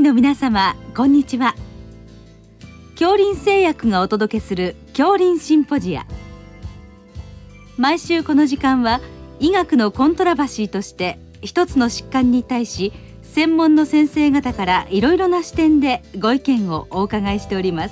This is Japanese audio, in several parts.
の皆様、こんにちは。杏林製薬がお届けする杏林シンポジア。毎週この時間は医学のコントラバシーとして一つの疾患に対し専門の先生方からいろいろな視点でご意見をお伺いしております。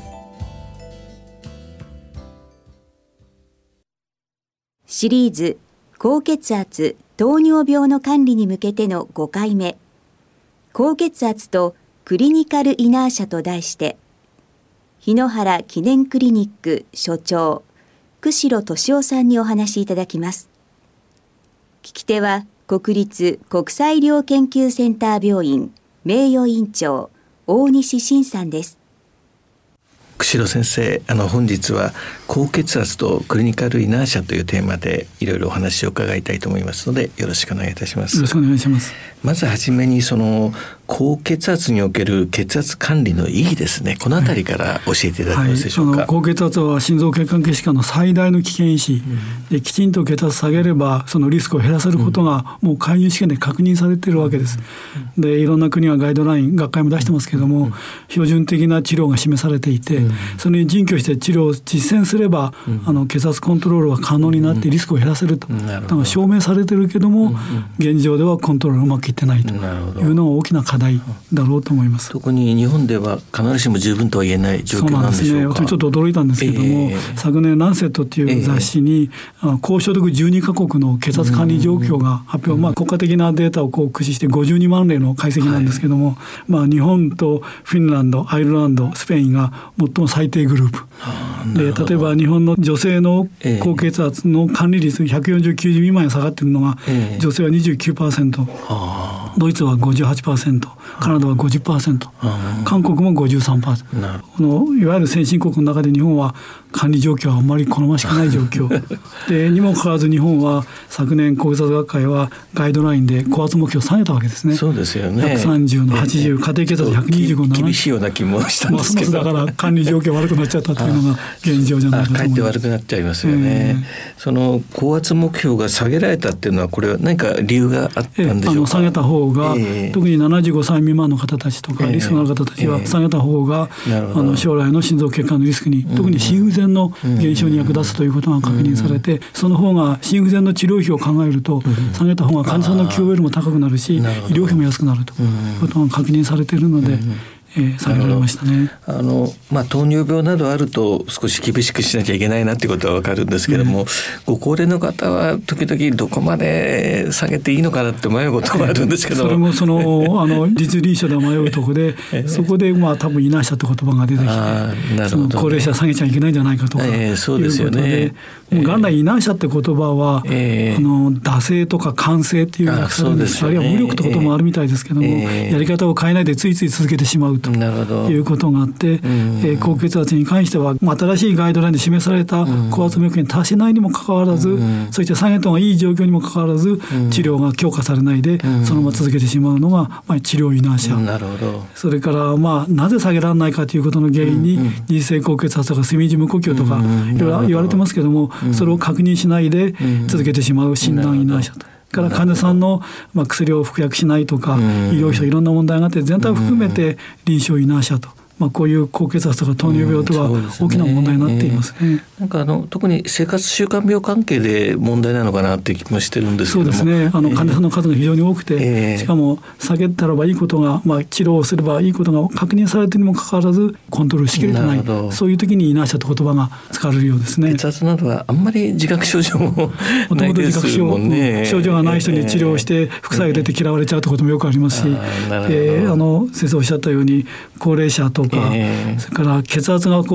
シリーズ高血圧・糖尿病の管理に向けての5回目、高血圧とクリニカルイナーシャと題して、日野原記念クリニック所長久代俊夫さんにお話しいただきます。聞き手は国立国際医療研究センター病院名誉院長大西晋さんです。 久代先生、本日は高血圧とクリニカルイナーシャというテーマでいろいろお話を伺いたいと思いますので、よろしくお願いいたします。 よろしくお願いします。 まずはじめに高血圧における血圧管理の意義ですね。このあたりから教えていただけますでしょうか。 高血圧は心臓血管系疾患の最大の危険因子、できちんと血圧下げればそのリスクを減らせることがもう介入試験で確認されているわけです。でいろんな国はガイドライン、学会も出してますけれども、標準的な治療が示されていて、それに準拠して治療を実践すれば、血圧コントロールは可能になってリスクを減らせると、だから証明されてるけども、現状ではコントロールうまくいってないというのが大きな課題だろうと思います。 特に日本では必ずしも十分とは言えない状況なんでしょうか。そうなんですね。 私ちょっと驚いたんですけども、昨年ランセットっていう雑誌に、高所得12カ国の血圧管理状況が発表、国家的なデータを駆使して52万例の解析なんですけども、日本とフィンランド、アイルランド、スペインが最も最低グループで、例えば日本の女性の高血圧の管理率140、90未満に下がっているのが、女性は 29%、ドイツは 58%、カナダは 50%、韓国も 53%。いわゆる先進国の中で日本は管理状況はあんまり好ましくない状況でにもかかわらず、日本は昨年高血圧学会はガイドラインで高圧目標を下げたわけですね。 そうですよね。 130の80、家庭血圧125の厳しいような気もしたんですけど、 だから管理状況悪くなっちゃったというのが現状じゃないかと思います。 かえって悪くなっちゃいますよね。その高圧目標が下げられたっていうのは、これは何か理由があったんでしょうか。 下げた方が、特に75歳未満の方たちとか、リスクのある方たちは下げた方が、将来の心臓血管のリスクに、特に心不全の減少に役立つということが確認されて、その方が心不全の治療費を考えると、下げた方が患者さんの QOL も高くなるし、医療費も安くなるということが確認されているので、下げられましたね。 糖尿病などあると少し厳しくしなきゃいけないなっていうことは分かるんですけども、ご高齢の方は時々どこまで下げていいのかなって迷うことがあるんですけど、 それも実臨床では迷うところで、そこで多分イナーシャって言葉が出てきて、高齢者下げちゃいけないんじゃないかとかいうことで、元来イナーシャって言葉は、惰性とか慣性っていう訳されるんです。あるいは無力ってこともあるみたいですけども、やり方を変えないでついつい続けてしまうということがあって、高血圧に関しては新しいガイドラインで示された高圧目標に達しないにもかかわらず、そして下げた方がいい状況にもかかわらず、治療が強化されないでそのまま続けてしまうのが、治療イナーシャ。それからなぜ下げられないかということの原因に、二次性高血圧とかスミジ無呼吸とかいろいろ言われてますけども、それを確認しないで続けてしまう診断イナーシャと。から患者さんの薬を服薬しないとか、医療費といろんな問題があって、全体を含めて臨床イナーシャと、こういう高血圧とか糖尿病とは大きな問題になっていますね。 なんか特に生活習慣病関係で問題なのかなって気もしてるんですけども。 そうですね。患者さんの数が非常に多くて、しかも下げたらばいいことが、治療をすればいいことが確認されているにもかかわらずコントロールしきれてない、そういう時にイナーシャと言葉が使われるようですね。 血圧などはあんまり自覚症状もないですもんね。 症状がない人に治療して副作用出て嫌われちゃうということもよくありますし、先生おっしゃったように高齢者とか、それから血圧が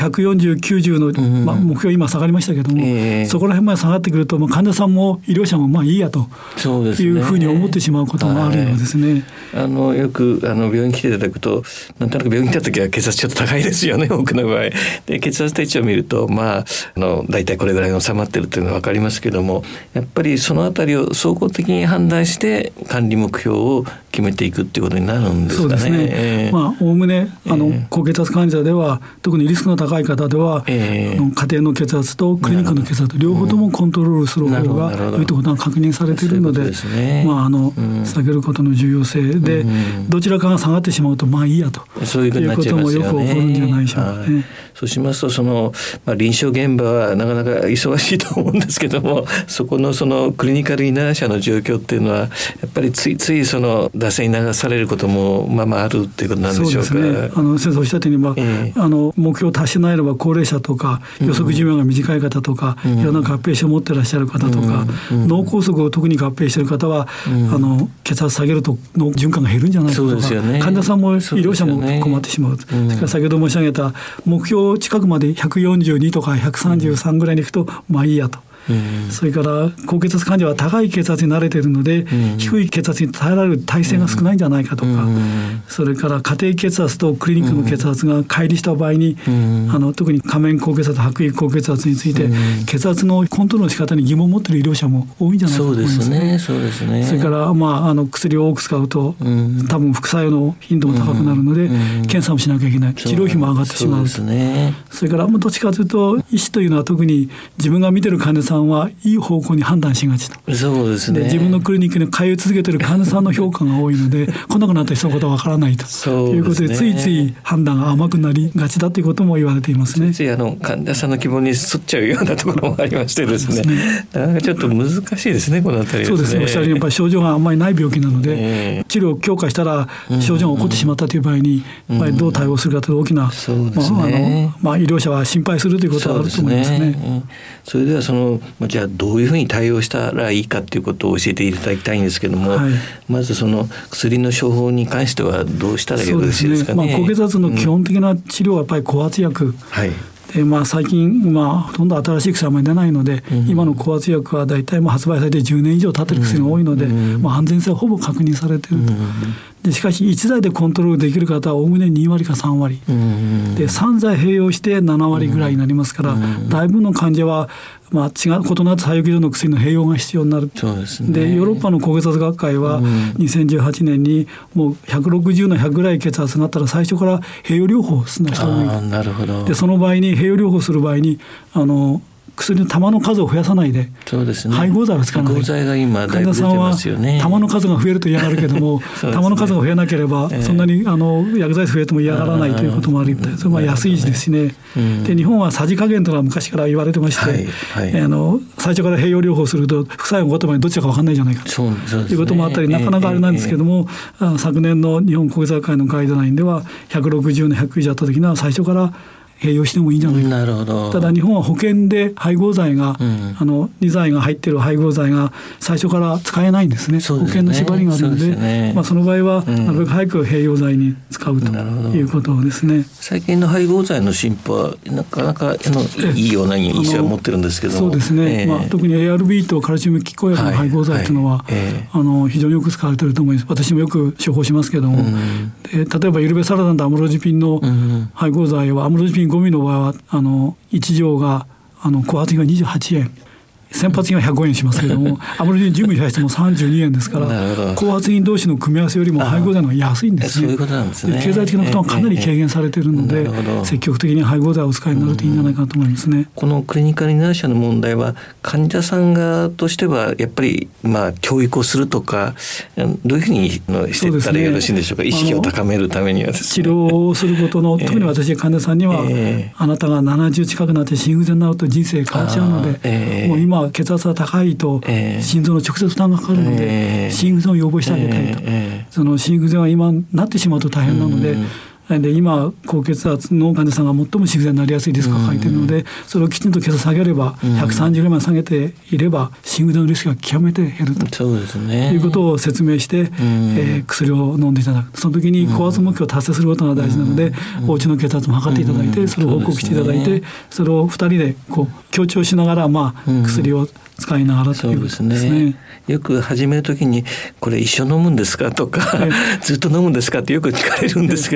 140、90の、目標今下がりましたけども、そこら辺まで下がってくると、患者さんも医療者もいいやというふうに思ってしまうことがあるようですね。 よく病院来ていただくと、なんとなく病院来た時は血圧ちょっと高いですよね、多くの場合で。血圧手帳を見るとだいたいこれぐらいに収まってるというのは分かりますけども、やっぱりそのあたりを総合的に判断して管理目標を決めていくっていうことになるんですかね。 そうですね。おおむね高血圧患者では特にリスクの高い方では、家庭の血圧とクリニックの血圧両方ともコントロールする方が良いということが確認されているので、下げることの重要性で、どちらかが下がってしまうといいやということもよく起こるんじゃないでしょうかね。 そうしますと臨床現場はなかなか忙しいと思うんですけども、そこのクリニカルイナーシャの状況っていうのはやっぱりついつい惰性に流されることもあるっていうことなんでしょうか。 そうですね、先生おっしゃったように、目標を達してないのは高齢者とか予測寿命が短い方とか、いろんな合併症を持っていらっしゃる方とか、脳梗塞を特に合併している方は、血圧下げると脳循環が減るんじゃないかとか、患者さんも医療者も困ってしまう。それから先ほど申し上げた目標近くまで142とか133ぐらいにいくといいやと。それから高血圧患者は高い血圧に慣れているので、低い血圧に耐えられる耐性が少ないんじゃないかとか、それから家庭血圧とクリニックの血圧が乖離した場合に、特に仮面高血圧、白衣高血圧について、血圧のコントロールの仕方に疑問を持っている医療者も多いんじゃないかと思いますね。それから薬を多く使うと多分副作用の頻度も高くなるので、検査もしなきゃいけない、治療費も上がってしまう。それからどっちかというと医師というのは特に自分が見ている患者さんはいい方向に判断しがちと。 そうですね。 で自分のクリニックに通い続けている患者さんの評価が多いので来なくなった人のことは分からないということで、ついつい判断が甘くなりがちだということも言われていますね。 つい患者さんの希望に沿っちゃうようなところもありましてですね、なかなかちょっと難しいですね、このあたりですね。 そうですね、おっしゃるようにやっぱり症状があんまりない病気なので、治療を強化したら症状が起こってしまったという場合に、どう対応するかという大きな、医療者は心配するということがあると思いますね。 それではじゃあどういうふうに対応したらいいかということを教えていただきたいんですけども、まず薬の処方に関してはどうしたらよろしいですかね。 高血圧の基本的な治療はやっぱり高圧薬、で最近ほとんど新しい薬はあまり出ないので、今の高圧薬は大体発売されて10年以上経っている薬が多いので、安全性はほぼ確認されていると。でしかし1剤でコントロールできる方はおおむね2割か3割で、3剤併用して7割ぐらいになりますから、だいぶの患者は異なった作用機能の薬の併用が必要になる。でヨーロッパの高血圧学会は2018年にもう160の100ぐらい血圧があったら最初から併用療法を進めた人がいる。でその場合に併用療法する場合に薬の玉の数を増やさないで、配合剤を使わない。 配合剤が今だいぶ出てますよね。 玉の数が増えると嫌がるけども、玉の数が増えなければそんなに薬剤数増えても嫌がらないということもあり、それは安いですしね。で日本はさじ加減というのは昔から言われてまして、最初から併用療法すると副作用が起こった場合にどっちか分かんないじゃないかということもあったり、なかなかあれなんですけども、昨年の日本高血圧学会のガイドラインでは160の100以上あった時には最初から併用してもいいんじゃないか。 なるほど。 ただ日本は保険で配合剤が、2剤が入っている配合剤が最初から使えないんですね。保険の縛りがあるので、その場合はなるべく早く併用剤に使うということですね。 最近の配合剤の進歩はなかなかいいような印象を持ってるんですけども、 そうですね、特に ARB とカルシウム拮抗薬の配合剤というのは、非常によく使われていると思います。私もよく処方しますけども、で例えばユルベサラダンとアムロジピンの配合剤は、アムロジピン5ミリの場合は1錠が高圧費が28円、先発費が105円しますけれどもアムロジピン10ミリに対しても32円ですから、高圧品同士の組み合わせよりも配合剤の方が安いんですね。 そういうことなんですね。 経済的な負担はかなり軽減されているので、積極的に配合剤をお使いになるといいんじゃないかと思いますね。 このクリニカルイナーシャの問題は患者さん側としてはやっぱり教育をするとか、どういうふうにしていったらよろしいんでしょうか。意識を高めるためにはですね、 治療をすることの、特に私患者さんには、あなたが70近くなって心不全になると人生変わっちゃうので、もう今血圧が高いと心臓の直接負担がかかるので、心不全を予防してあげたいと。その心不全は今なってしまうと大変なので、今高血圧の患者さんが最も心不全になりやすいリスクが書いているので、それをきちんと血圧下げれば、130ぐらいまで下げていれば心不全のリスクが極めて減るということを説明して、薬を飲んでいただく。その時に高圧目標を達成することが大事なので、お家の血圧も測っていただいて、それを報告していただいて、それを2人で強調しながら薬を使いながらということですね。 よく始めるときにこれ一緒飲むんですかとか、ずっと飲むんですかってよく聞かれるんですけれども、 私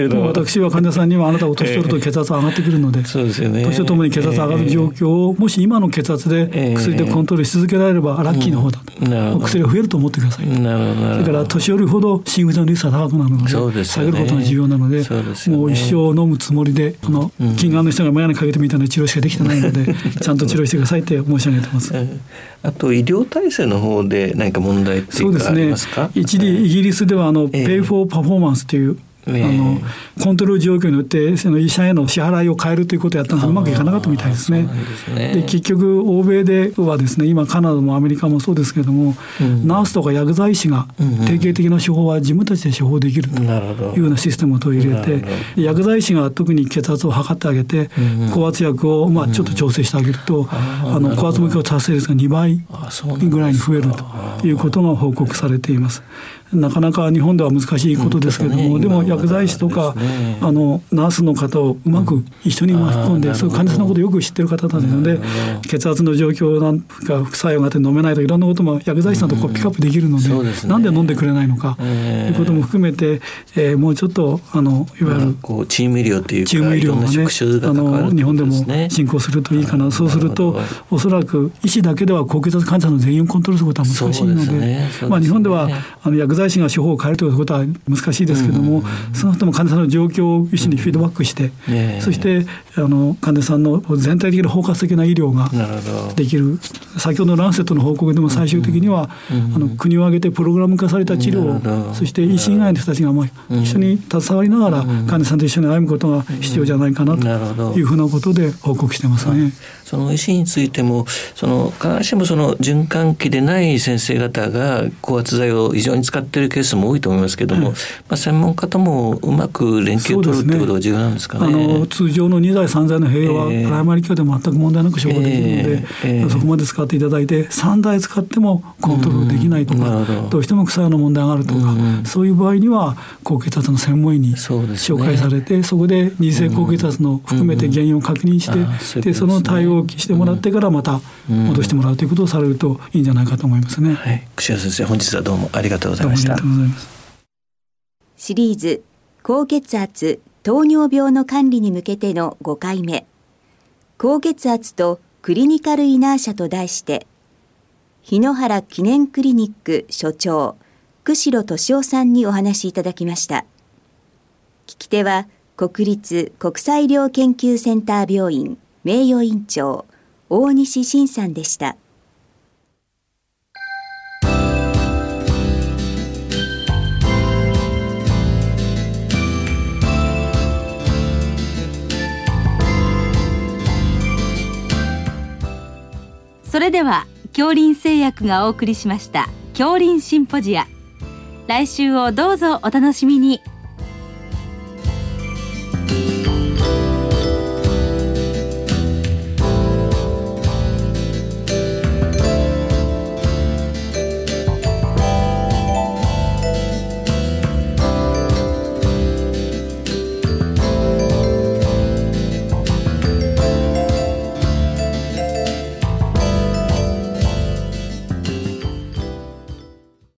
私は患者さんにはあなたが年取ると血圧上がってくるので、 そうですよね、 年とともに血圧上がる状況をもし今の血圧で薬でコントロールし続けられればラッキーの方だと、薬が増えると思ってください。 なるほど。 それから年寄りほど心不全のリスクが高くなるので、下げることが重要なので、もう一生飲むつもりで近眼の人が眼鏡かけてみたいな治療しかできてないのでちゃんと治療してくださいって申し上げてます。 あと医療体制の方で何か問題っていうかありますか？ 一理イギリスではペイフォーパフォーマンスというコントロール状況によってその医者への支払いを変えるということをやったんですがうまくいかなかったみたいですね。で結局欧米ではですね、今カナダもアメリカもそうですけれども、ナースとか薬剤師が定型的な処方は自分たちで処方できるというようなシステムを取り入れて、薬剤師が特に血圧を測ってあげて高圧薬をちょっと調整してあげると高圧目標達成率が2倍ぐらいに増えるということが報告されています。なかなか日本では難しいことですけれども、でも薬剤師とかナースの方をうまく一緒に巻き込んで、そういう患者さんのことをよく知っている方なので、血圧の状況なんか副作用があって飲めないとかいろんなことも薬剤師さんとピックアップできるので、なんで飲んでくれないのかということも含めて、もうちょっといわゆるチーム医療というかチーム医療がね、日本でも進行するといいかな。そうするとおそらく医師だけでは高血圧患者の全員をコントロールすることは難しいので、日本では薬剤師が処方を変えるということは難しいですけども、その人も患者さんの状況を医師にフィードバックして、そして患者さんの全体的な包括的な医療ができる。先ほどのランセットの報告でも最終的には国を挙げてプログラム化された治療を、そして医師以外の人たちが一緒に携わりながら患者さんと一緒に歩むことが必要じゃないかなというふうなことで報告してますね。 その医師についても必ずしも循環器でない先生方が高圧剤を非常に使っているケースも多いと思いますけども、専門家ともうまく連携を取るということが重要なんですかね。 通常の2剤3剤の併用はプライマリーケアで全く問題なく処方できるので、そこまで使っていただいて3剤使ってもコントロールできないとか、どうしても副作用の問題があるとか、そういう場合には高血圧の専門医に紹介されて、そこで二次性高血圧の含めて原因を確認して、でその対応をしてもらってからまた戻してもらうということをされるといいんじゃないかと思いますね。 串谷先生、本日はどうもありがとうございました。 シリーズ高血圧糖尿病の管理に向けての5回目、高血圧とクリニカルイナーシャと題して、日野原記念クリニック所長久代俊夫さんにお話しいただきました。聞き手は国立国際医療研究センター病院名誉院長大西晋さんでした。 それでは杏林製薬がお送りしました杏林シンポジア、来週をどうぞお楽しみに。